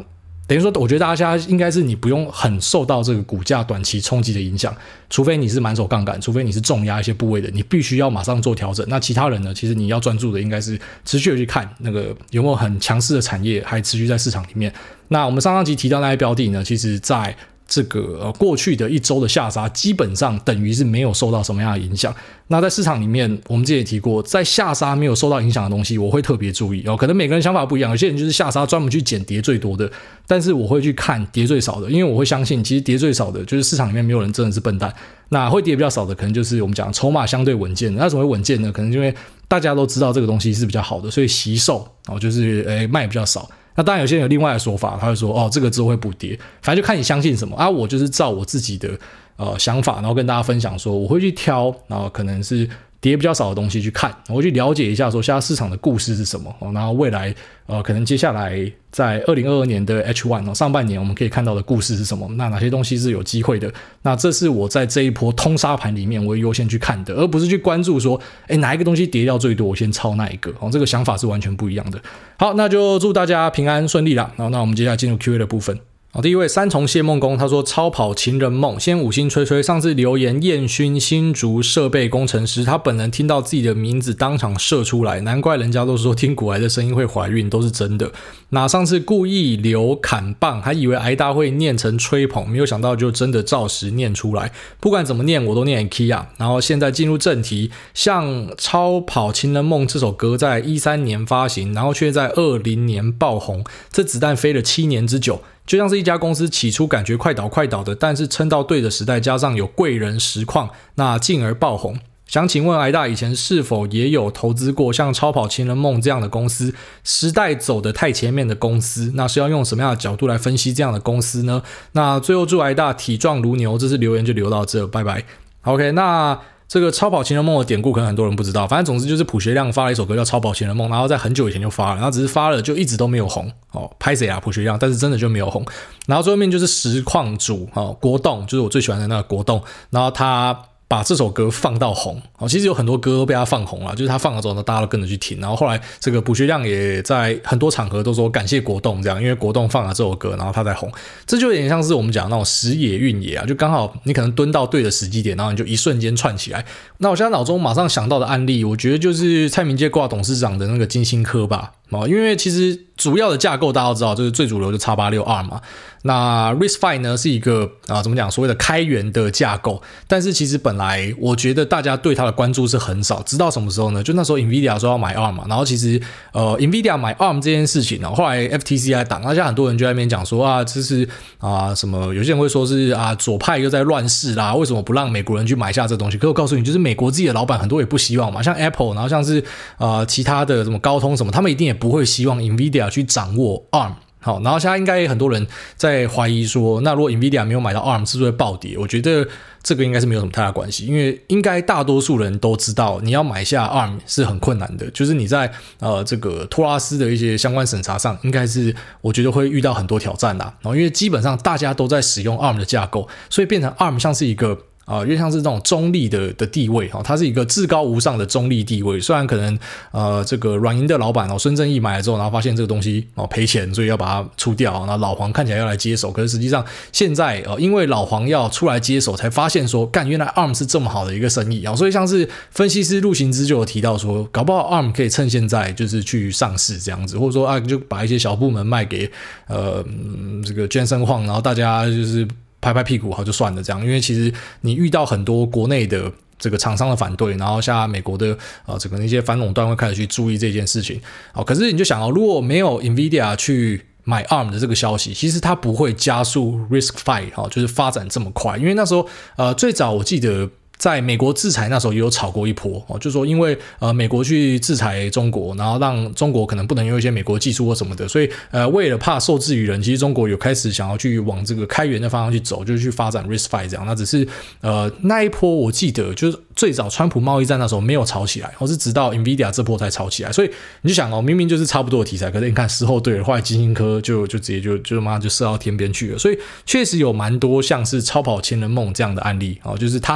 等于说我觉得大家应该是你不用很受到这个股价短期冲击的影响，除非你是满手杠杆，除非你是重压一些部位的，你必须要马上做调整。那其他人呢，其实你要专注的应该是持续的去看那个有没有很强势的产业还持续在市场里面。那我们上上集提到那些标的呢，其实在这个、呃、过去的一周的下杀基本上等于是没有受到什么样的影响。那在市场里面我们之前也提过，在下杀没有受到影响的东西我会特别注意、哦、可能每个人想法不一样，有些人就是下杀专门去捡跌最多的，但是我会去看跌最少的，因为我会相信其实跌最少的就是市场里面没有人真的是笨蛋，那会跌比较少的可能就是我们讲筹码相对稳健的。那怎么会稳健呢？可能因为大家都知道这个东西是比较好的，所以惜售、哦、就是诶卖比较少。那当然有些人有另外的说法，他会说哦这个之后会补跌，反正就看你相信什么啊。我就是照我自己的呃想法，然后跟大家分享说我会去挑，然后可能是跌比较少的东西去看，我会去了解一下说现在市场的故事是什么、哦、然后未来呃可能接下来在二零二二年的 H 一、哦、上半年我们可以看到的故事是什么，那哪些东西是有机会的，那这是我在这一波通杀盘里面我会优先去看的，而不是去关注说诶哪一个东西跌掉最多我先抄那一个、哦、这个想法是完全不一样的。好，那就祝大家平安顺利啦。然后那我们接下来进入 Q A 的部分。好，第一位三重谢梦工，他说超跑情人梦，先五星吹吹。上次留言燕勋新竹设备工程师，他本人听到自己的名字当场射出来，难怪人家都说听古来的声音会怀孕，都是真的。那上次故意留砍棒，还以为挨大会念成吹捧，没有想到就真的照实念出来。不管怎么念，我都念 Kia。然后现在进入正题，像超跑情人梦这首歌在十三年发行，然后却在二十年爆红，这子弹飞了七年之久。就像是一家公司起初感觉快倒快倒的，但是撑到对的时代，加上有贵人实况，那进而爆红。想请问挨大以前是否也有投资过像超跑情人梦这样的公司，时代走得太前面的公司，那是要用什么样的角度来分析这样的公司呢？那最后祝挨大体壮如牛，这次留言就留到这，拜拜。 OK， 那这个超跑情人梦的典故可能很多人不知道，反正总之就是卜学亮发了一首歌叫超跑情人梦，然后在很久以前就发了，然后只是发了就一直都没有红哦，拍谁啊卜学亮，但是真的就没有红。然后最后面就是实况主哦国栋，就是我最喜欢的那个国栋，然后他把这首歌放到红、哦、其实有很多歌都被他放红了，就是他放了之后呢大家都跟着去听，然后后来这个卜学亮也在很多场合都说感谢国栋这样，因为国栋放了这首歌然后他才红。这就有点像是我们讲那种时也运也啊，就刚好你可能蹲到对的时机点，然后你就一瞬间串起来。那我现在脑中马上想到的案例，我觉得就是蔡明介挂董事长的那个金星科吧、哦、因为其实主要的架构大家都知道，就是最主流就 X 八十六 A R M 嘛。那 R I S C V 呢是一个啊怎么讲所谓的开源的架构，但是其实本来我觉得大家对它的关注是很少，直到什么时候呢？就那时候 Nvidia 说要买 A R M 嘛，然后其实呃 Nvidia 买 A R M 这件事情呢、哦，后来 F T C 来挡，那现在很多人就在那边讲说啊，这是啊什么，有些人会说是啊左派又在乱世啦，为什么不让美国人去买下这东西？可是我告诉你，就是美国自己的老板很多也不希望嘛，像 Apple， 然后像是呃其他的什么高通什么，他们一定也不会希望 Nvidia 去掌握 A R M。好，然后现在应该很多人在怀疑说，那如果 Nvidia 没有买到 A R M 是不是会暴跌？我觉得这个应该是没有什么太大关系，因为应该大多数人都知道，你要买下 A R M 是很困难的，就是你在呃这个托拉斯的一些相关审查上，应该是我觉得会遇到很多挑战啦。然后因为基本上大家都在使用 A R M 的架构，所以变成 A R M 像是一个啊、呃，因为像是这种中立的的地位哈、哦，它是一个至高无上的中立地位。虽然可能呃，这个软银的老板哦，孙正义买了之后，然后发现这个东西哦赔钱，所以要把它出掉。然后老黄看起来要来接手，可是实际上现在呃，因为老黄要出来接手，才发现说，干原来 A R M 是这么好的一个生意啊、哦。所以像是分析师陆行之就有提到说，搞不好 A R M 可以趁现在就是去上市这样子，或者说啊，就把一些小部门卖给呃、嗯、这个Jensen Huang，然后大家就是。拍拍屁股好就算了这样，因为其实你遇到很多国内的这个厂商的反对，然后像美国的呃这个那些反垄断会开始去注意这件事情。好，可是你就想哦，如果没有 Nvidia 去买 A R M 的这个消息，其实它不会加速 R I S C V 哈、哦，就是发展这么快，因为那时候呃最早我记得。在美国制裁那时候也有炒过一波哦，就说因为呃美国去制裁中国，然后让中国可能不能用一些美国技术或什么的，所以呃为了怕受制于人，其实中国有开始想要去往这个开源的方向去走，就是去发展 R I S C V 这样。那只是呃那一波我记得就是最早川普贸易战那时候没有炒起来，或是直到 Nvidia 这波才炒起来，所以你就想哦，明明就是差不多的题材，可是你看时候对了，后来金星科就就直接就就妈就射到天边去了，所以确实有蛮多像是超跑情人梦这样的案例哦，就是他是在做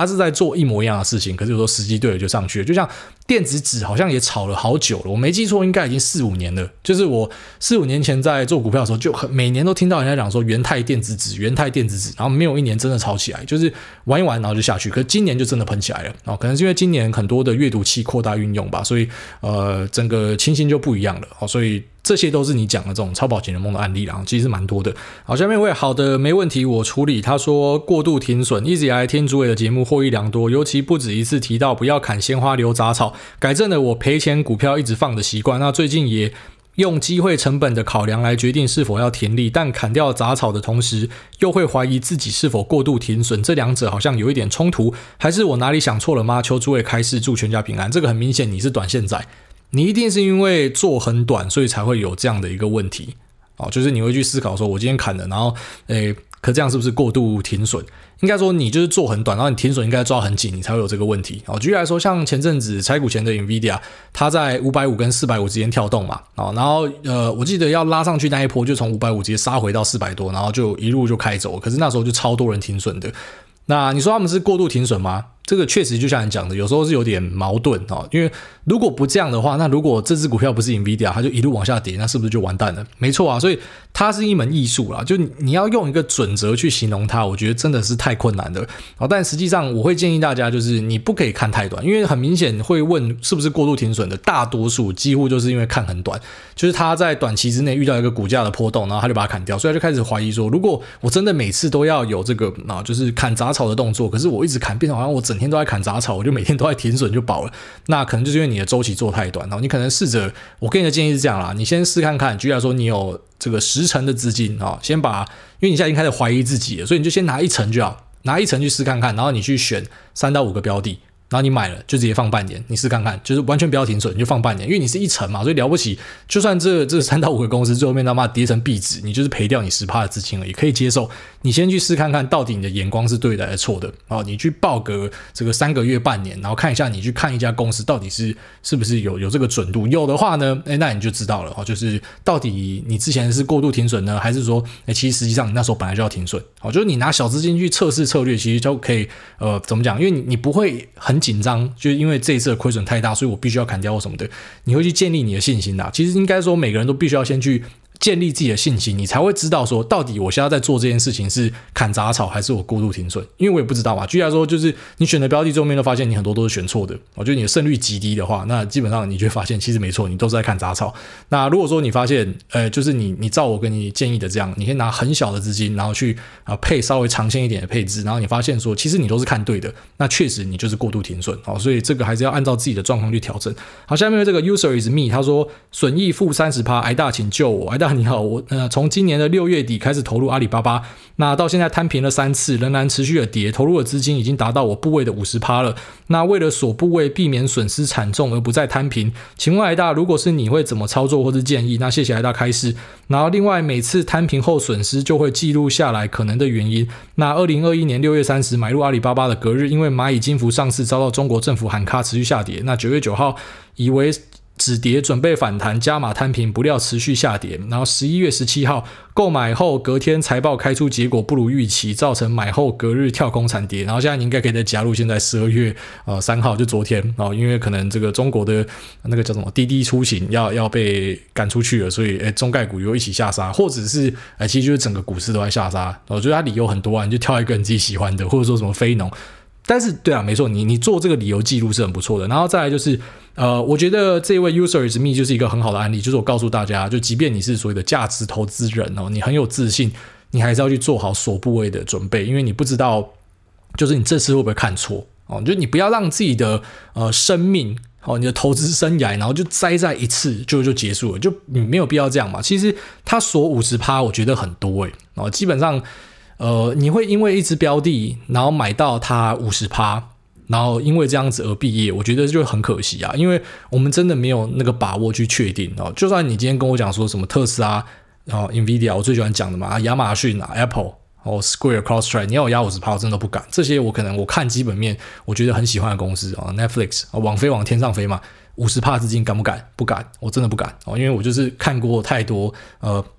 做一模一样的事情，可是有时候时机对了就上去了。就像电子纸好像也炒了好久了，我没记错应该已经四五年了。就是我四五年前在做股票的时候，就很每年都听到人家讲说元泰电子纸、元泰电子纸，然后没有一年真的炒起来，就是玩一玩然后就下去。可是今年就真的喷起来了，哦，可能是因为今年很多的阅读器扩大运用吧，所以呃整个情形就不一样了，哦，所以这些都是你讲的这种超跑情人梦的案例啦，其实蛮多的。好，下面一位好的没问题我处理，他说过度停损，一直以来听主委的节目获益良多，尤其不止一次提到不要砍鲜花留杂草，改正了我赔钱股票一直放的习惯。那最近也用机会成本的考量来决定是否要停利，但砍掉杂草的同时又会怀疑自己是否过度停损，这两者好像有一点冲突，还是我哪里想错了吗？求主委开示，祝全家平安。这个很明显你是短线仔，你一定是因为做很短所以才会有这样的一个问题，哦，就是你会去思考说我今天砍了，然后诶，可这样是不是过度停损？应该说你就是做很短，然后你停损应该抓很紧，你才会有这个问题。哦，举例来说，像前阵子拆股前的 Nvidia， 它在五百五跟四百五之间跳动嘛，哦，然后呃，我记得要拉上去那一波就从五百五直接杀回到四百多，然后就一路就开走，可是那时候就超多人停损的。那你说他们是过度停损吗？这个确实就像你讲的，有时候是有点矛盾，哦，因为如果不这样的话，那如果这只股票不是 Nvidia， 它就一路往下跌，那是不是就完蛋了？没错啊，所以它是一门艺术啦，就你要用一个准则去形容它，我觉得真的是太困难了。哦，但实际上我会建议大家，就是你不可以看太短，因为很明显会问是不是过度停损的，大多数几乎就是因为看很短，就是他在短期之内遇到一个股价的波动，然后他就把它砍掉，所以他就开始怀疑说，如果我真的每次都要有这个啊，就是砍杂草的动作，可是我一直砍，变成好像我整天都在砍杂草，我就每天都在停损就饱了，那可能就是因为你的周期做太短，然后你可能试着，我给你的建议是这样啦，你先试看看，举例来说，你有这个十成的资金啊，先把，因为你现在已经开始怀疑自己了，所以你就先拿一成就好，拿一成去试看看，然后你去选三到五个标的。然后你买了就直接放半年，你试看看，就是完全不要停损，你就放半年，因为你是一成嘛，所以了不起，就算这这三到五个公司最后面他妈跌成壁纸，你就是赔掉你 百分之十 的资金了，也可以接受。你先去试看看，到底你的眼光是对的还是错的，哦，你去报个这个三个月半年，然后看一下你去看一家公司到底是是不是有有这个准度，有的话呢，诶那你就知道了，哦，就是到底你之前是过度停损呢，还是说诶其实实际上你那时候本来就要停损，哦，就是你拿小资金去测试策略，其实就可以呃怎么讲，因为你你不会很紧张，就是因为这一次的亏损太大，所以我必须要砍掉或什么的，你会去建立你的信心啦。其实应该说每个人都必须要先去建立自己的信心，你才会知道说到底我现在在做这件事情是砍杂草还是我过度停损，因为我也不知道嘛。举例来说，就是你选的标的最后面都发现你很多都是选错的，我觉得你的胜率极低的话，那基本上你就会发现其实没错，你都是在砍杂草。那如果说你发现呃就是你你照我跟你建议的这样，你可以拿很小的资金，然后去啊、呃、配稍微长线一点的配置，然后你发现说其实你都是看对的，那确实你就是过度停损，好，所以这个还是要按照自己的状况去调整。好，下面这个 user is me， 他说损益负 百分之三十， 挨大请救我。挨大你好，我呃从今年的六月底开始投入阿里巴巴，那到现在摊平了三次，仍然持续的跌，投入的资金已经达到我部位的 百分之五十 了。那为了锁部位，避免损失惨重而不再摊平，请问挨大，如果是你会怎么操作或是建议？那谢谢挨大开示。然后另外每次摊平后损失就会记录下来可能的原因。那二零二一年六月三十买入阿里巴巴的隔日，因为蚂蚁金服上市遭到中国政府喊卡持续下跌，那九月九号以为止跌准备反弹，加码摊平，不料持续下跌。然后十一月十七号购买后，隔天财报开出结果不如预期，造成买后隔日跳空惨跌。然后现在你应该可以再加入，现在十二月呃三号就昨天哦，因为可能这个中国的那个叫什么滴滴出行要要被赶出去了，所以诶中概股又一起下杀，或者是诶其实就是整个股市都在下杀。我觉得它理由很多啊，你就挑一个你自己喜欢的，或者说什么非农。但是对啊，没错，你你做这个理由记录是很不错的。然后再来就是，呃，我觉得这位 user is me 就是一个很好的案例，就是我告诉大家，就即便你是所谓的价值投资人哦，你很有自信，你还是要去做好锁部位的准备，因为你不知道，就是你这次会不会看错哦，就你不要让自己的呃生命哦，你的投资生涯，然后就栽在一次就就结束了，就你没有必要这样嘛。其实他锁 百分之五十， 我觉得很多诶哦，基本上。呃，你会因为一只标的，然后买到它 百分之五十， 然后因为这样子而毕业，我觉得就很可惜啊，因为我们真的没有那个把握去确定哦。就算你今天跟我讲说什么特斯拉、哦 Nvidia， 我最喜欢讲的嘛，亚马逊啊、Apple、哦 Square、CrowdStrike， 你要我压 百分之五十， 我真的不敢。这些我可能我看基本面，我觉得很喜欢的公司啊、哦、，Netflix、哦、网飞往天上飞嘛。百分之五十 资金敢不敢？不敢，我真的不敢哦，因为我就是看过太多呃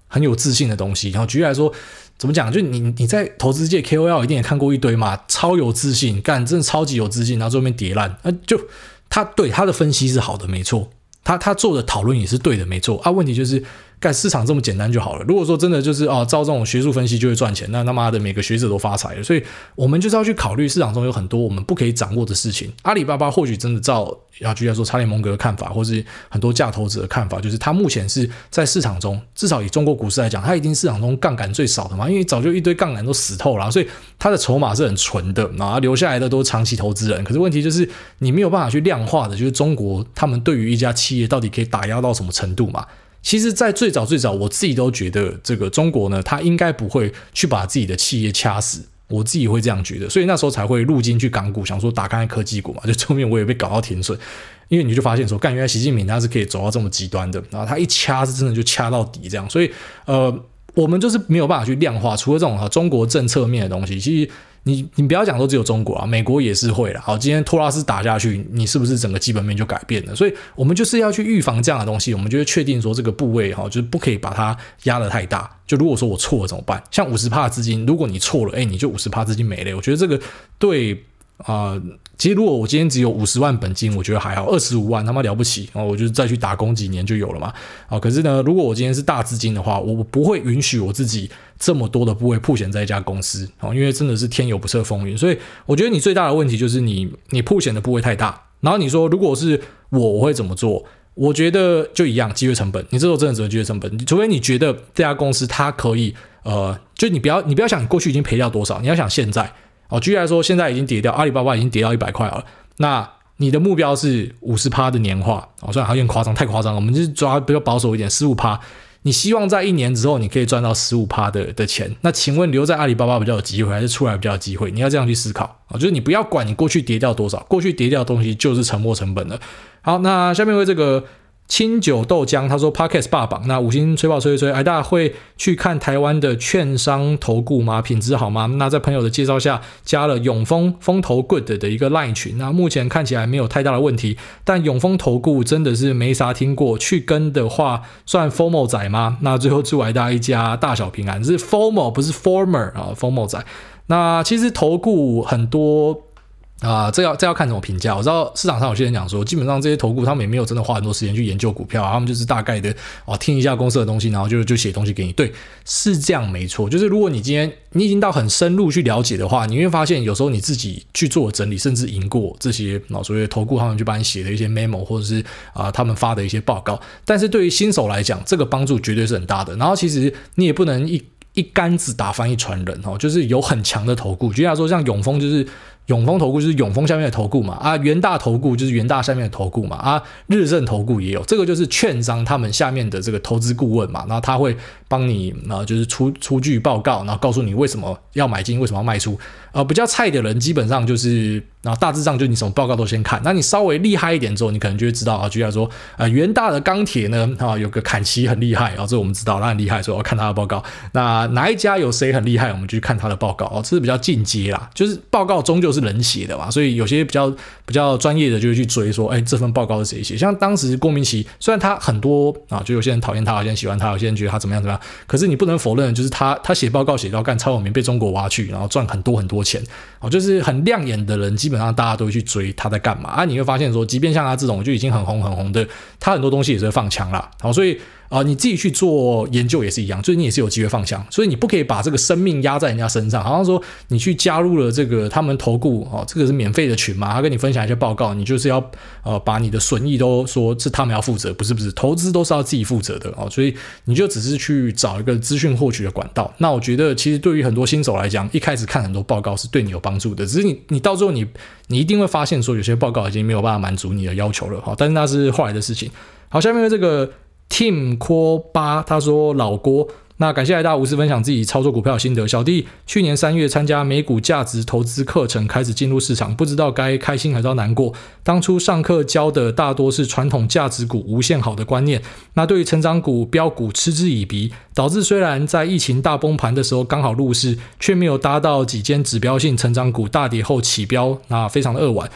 很有自信的东西。然后举例来说，怎么讲？就你你在投资界 K O L 一定也看过一堆嘛，超有自信，干真的超级有自信，然后最后面跌烂。啊，就他对他的分析是好的，没错，他他做的讨论也是对的，没错。啊，问题就是干市场这么简单就好了。如果说真的就是哦，照这种学术分析就会赚钱，那他妈的每个学者都发财了。所以我们就是要去考虑市场中有很多我们不可以掌握的事情。阿里巴巴或许真的照要举例来说查理蒙格的看法，或是很多价投者的看法，就是他目前是在市场中，至少以中国股市来讲，他一定市场中杠杆最少的嘛，因为早就一堆杠杆都死透了，所以他的筹码是很纯的，然后留下来的都是长期投资人。可是问题就是你没有办法去量化的，就是中国他们对于一家企业到底可以打压到什么程度嘛。其实在最早最早我自己都觉得这个中国呢，他应该不会去把自己的企业掐死，我自己会这样觉得，所以那时候才会入金去港股，想说打开科技股嘛，就后面我也被搞到停损。因为你就发现说干原来习近平他是可以走到这么极端的，然后他一掐是真的就掐到底这样。所以呃我们就是没有办法去量化，除了这种、啊、中国政策面的东西，其实你你不要讲都只有中国啊，美国也是会啦。好，今天托拉斯打下去，你是不是整个基本面就改变了？所以我们就是要去预防这样的东西，我们就会确定说这个部位哈，就是不可以把它压得太大。就如果说我错了怎么办？像 百分之五十 的资金，如果你错了，哎，你就 百分之五十 资金没了。我觉得这个对啊、呃，其实如果我今天只有五十万本金，我觉得还好，二十五万他妈了不起，哦，我就再去打工几年就有了嘛。哦，可是呢，如果我今天是大资金的话，我不会允许我自己这么多的部位曝险在一家公司，哦，因为真的是天有不测风云。所以我觉得你最大的问题就是你你曝险的部位太大。然后你说如果是我，我会怎么做？我觉得就一样，机会成本，你这时候真的只能机会成本，除非你觉得这家公司它可以，呃，就你不要你不要想你过去已经赔掉多少，你要想现在。哦，举例来说，现在已经跌掉，阿里巴巴已经跌到一百块了。那你的目标是 百分之五十 的年化，哦，虽然有点夸张，太夸张了，我们就抓比较保守一点 百分之十五。你希望在一年之后你可以赚到 百分之十五 的, 的钱，那请问留在阿里巴巴比较有机会，还是出来比较有机会？你要这样去思考，哦，就是你不要管你过去跌掉多少，过去跌掉的东西就是沉没成本了。好，那下面为这个清酒豆浆，他说 Podcast 霸榜，那五星吹爆吹吹，哎，大家会去看台湾的券商投顾吗？品质好吗？那在朋友的介绍下加了永丰风投 Good 的一个 LINE 群，那目前看起来没有太大的问题，但永丰投顾真的是没啥听过，去跟的话算 F O M O 仔吗？那最后祝大家一家大小平安，是 F O M O 不是 Former 啊 F O M O 仔。那其实投顾很多啊、呃，这要这要看怎么评价。我知道市场上有些人讲说，基本上这些投顾他们也没有真的花很多时间去研究股票，他们就是大概的哦听一下公司的东西，然后就就写东西给你。对，是这样没错。就是如果你今天你已经到很深入去了解的话，你会发现有时候你自己去做整理，甚至赢过这些啊所谓的投顾他们去帮你写的一些 memo 或者是啊、呃、他们发的一些报告。但是对于新手来讲，这个帮助绝对是很大的。然后其实你也不能一一竿子打翻一船人哦，就是有很强的投顾，举例来说，像永丰就是永丰投顾就是永丰下面的投顾嘛，啊，元大投顾就是元大下面的投顾嘛，啊，日盛投顾也有，这个就是券商他们下面的这个投资顾问嘛，然后他会帮你啊，就是出出具报告，然后告诉你为什么要买进，为什么要卖出。呃，比较菜的人基本上就是，然后大致上就你什么报告都先看，那你稍微厉害一点之后，你可能就会知道啊，举例来说，呃，元大的钢铁呢，啊，有个坎奇很厉害，啊，这我们知道他很厉害，所以我要看他的报告。那哪一家有谁很厉害，我们就去看他的报告，哦，这是比较进阶啦，就是报告终究是人写的嘛，所以有些比较比较专业的就会去追说，哎，这份报告是谁写？像当时郭明錤，虽然他很多啊，就有些人讨厌他，有些人喜欢他，有些人觉得他怎么样怎么样，可是你不能否认，就是他他写报告写到干超有名，被中国挖去，然后赚很多很多钱，哦，就是很亮眼的人，基本上大家都会去追他在干嘛啊。你会发现说，即便像他这种就已经很红很红的，他很多东西也是会放枪啦，好，所以。啊、呃，你自己去做研究也是一样，所以你也是有机会放枪，所以你不可以把这个生命压在人家身上。好像说你去加入了这个他们投顾哦，这个是免费的群嘛，他跟你分享一些报告，你就是要呃把你的损益都说是他们要负责，不是不是，投资都是要自己负责的哦，所以你就只是去找一个资讯获取的管道。那我觉得其实对于很多新手来讲，一开始看很多报告是对你有帮助的，只是你你到最后你你一定会发现说有些报告已经没有办法满足你的要求了，好，但是那是后来的事情。好，下面这个。Tim 郭八他说老郭，那感谢来大无私分享自己操作股票的心得。小弟去年三月参加美股价值投资课程，开始进入市场，不知道该开心还是要难过。当初上课教的大多是传统价值股无限好的观念，那对于成长股标股嗤之以鼻，导致虽然在疫情大崩盘的时候刚好入市，却没有搭到几间指标性成长股大跌后起标，那非常的扼腕。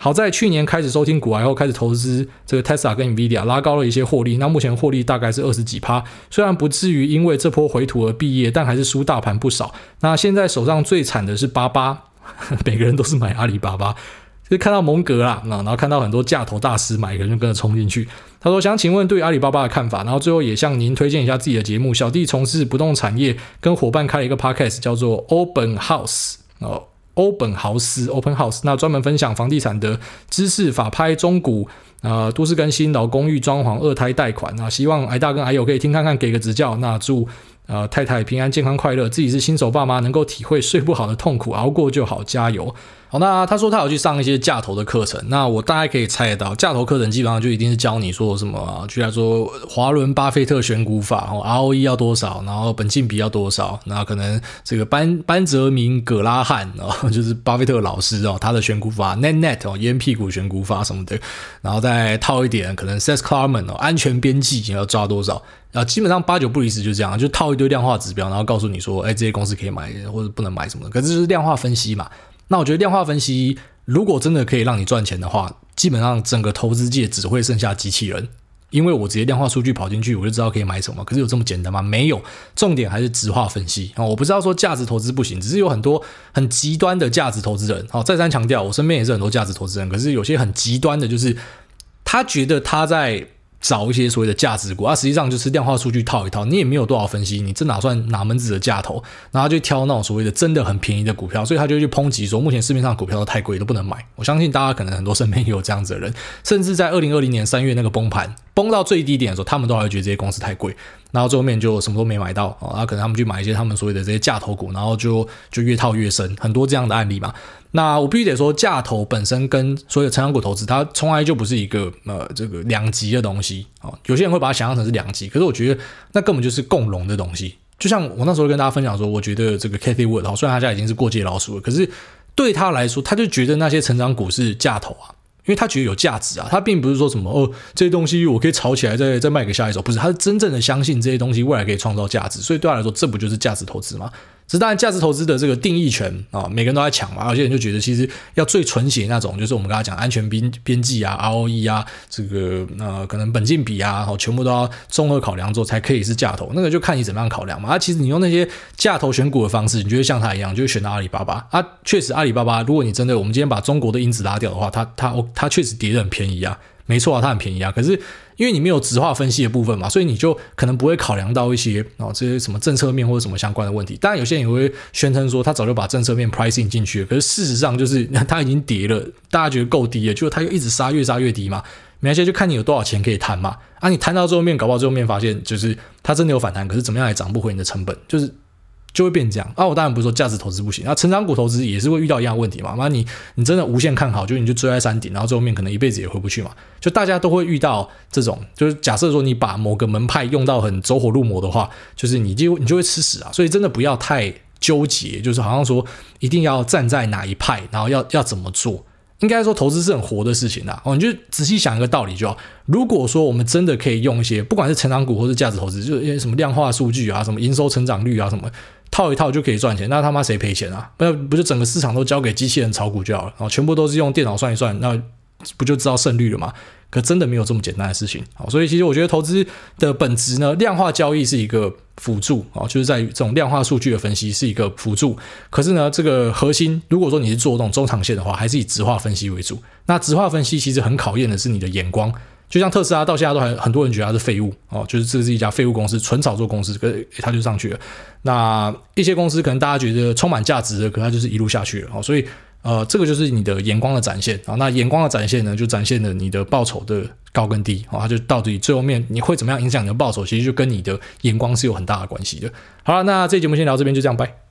好在去年开始收听股癌后，开始投资这个 Tesla 跟 Nvidia， 拉高了一些获利。那目前获利大概是二十几%，虽然不至于因为这波回吐而毕业，但还是输大盘不少。那现在手上最惨的是八八，每个人都是买阿里巴巴。就是看到蒙格啦，然后看到很多价投大师买，可能就跟着冲进去。他说想请问对阿里巴巴的看法，然后最后也向您推荐一下自己的节目。小弟从事不动产业，跟伙伴开了一个 podcast 叫做 Open House 哦。欧本豪斯 Open House， 那专门分享房地产的知识、法拍、中古、呃、都市更新、老公寓装潢、二胎贷款。那希望癌大跟癌友可以听看看，给个指教。那祝呃太太平安、健康、快乐，自己是新手爸妈，能够体会睡不好的痛苦，熬过就好，加油。好，那他说他有去上一些价投的课程，那我大概可以猜得到，价投课程基本上就一定是教你说什么啊，举例来说，华伦巴菲特选股法、哦、R O E 要多少，然后本金比要多少，然后可能这个班班哲明葛拉汉、哦、就是巴菲特老师哦，他的选股法 Net Net 哦，烟屁股选股法什么的，然后再套一点可能 Seth Klarman 哦，安全边际要抓多少。啊，基本上八九不离十就这样，就套一堆量化指标，然后告诉你说，哎，这些公司可以买或者不能买什么的。可是就是量化分析嘛。那我觉得量化分析如果真的可以让你赚钱的话，基本上整个投资界只会剩下机器人，因为我直接量化数据跑进去，我就知道可以买什么。可是有这么简单吗？没有，重点还是质化分析。哦、我不知道说价值投资不行，只是有很多很极端的价值投资人。哦、再三强调，我身边也是很多价值投资人，可是有些很极端的，就是他觉得他在找一些所谓的价值股，啊，实际上就是量化数据套一套，你也没有多少分析，你这哪算哪门子的价投？然后他就挑那种所谓的真的很便宜的股票，所以他就去抨击说，目前市面上的股票都太贵，都不能买。我相信大家可能很多身边也有这样子的人，甚至在二零二零年三月那个崩盘崩到最低点的时候，他们都还会觉得这些公司太贵，然后最后面就什么都没买到，啊，然后可能他们去买一些他们所谓的这些价投股，然后就就越套越深，很多这样的案例嘛。那我必须得说，价投本身跟所有成长股投资，它从来就不是一个呃这个两极的东西哦。有些人会把它想象成是两极，可是我觉得那根本就是共荣的东西。就像我那时候跟大家分享说，我觉得这个 Cathie Wood 虽然他家已经是过街老鼠了，可是对他来说，他就觉得那些成长股是价投啊。因为他觉得有价值啊，他并不是说什么哦这些东西我可以炒起来再再卖给下一手，不是，他是真正的相信这些东西未来可以创造价值，所以对他来说这不就是价值投资吗？只是当然价值投资的这个定义权啊，每个人都在抢嘛，有些人就觉得其实要最纯血那种，就是我们刚才讲安全边边际啊 R O E 啊，这个呃可能本金比啊，全部都要综合考量之后才可以是价投，那个就看你怎么样考量嘛。啊，其实你用那些价投选股的方式，你就会像他一样，就会选到阿里巴巴啊。确实阿里巴巴，如果你真的我们今天把中国的因子拉掉的话，它它它确实跌得很便宜啊。没错啊，它很便宜啊，可是因为你没有质化分析的部分嘛，所以你就可能不会考量到一些、哦、这些什么政策面或者什么相关的问题。当然有些人也会宣称说他早就把政策面 pricing 进去了，可是事实上就是它已经跌了，大家觉得够低了，就它又一直杀，越杀越低嘛。没关系，就看你有多少钱可以摊嘛。啊，你摊到最后面，搞不好最后面发现就是它真的有反弹，可是怎么样也涨不回你的成本，就是就会变这样啊！我当然不是说价值投资不行，那成长股投资也是会遇到一样的问题嘛。那你你真的无限看好，就你就追在山顶，然后最后面可能一辈子也回不去嘛。就大家都会遇到这种，就是假设说你把某个门派用到很走火入魔的话，就是你就你就会吃屎啊。所以真的不要太纠结，就是好像说一定要站在哪一派，然后要要怎么做。应该说投资是很活的事情啦、哦、你就仔细想一个道理就好。如果说我们真的可以用一些不管是成长股或是价值投资，就是一些什么量化数据啊，什么营收成长率啊，什么套一套就可以赚钱，那他妈谁赔钱啊？那不就整个市场都交给机器人炒股就好了、哦、全部都是用电脑算一算，那不就知道胜率了吗？可真的没有这么简单的事情。好，所以其实我觉得投资的本质呢，量化交易是一个辅助，就是在于这种量化数据的分析是一个辅助。可是呢，这个核心，如果说你是做这种中长线的话，还是以质化分析为主。那质化分析其实很考验的是你的眼光。就像特斯拉到现在都还很多人觉得它是废物哦，就是这是一家废物公司，纯炒作公司，可是它就上去了。那一些公司可能大家觉得充满价值的，可它就是一路下去了。所以呃，这个就是你的眼光的展现啊。那眼光的展现呢，就展现了你的报酬的高跟低啊。它就到底最后面你会怎么样影响你的报酬，其实就跟你的眼光是有很大的关系的。好了，那这期节目先聊这边，就这样，拜。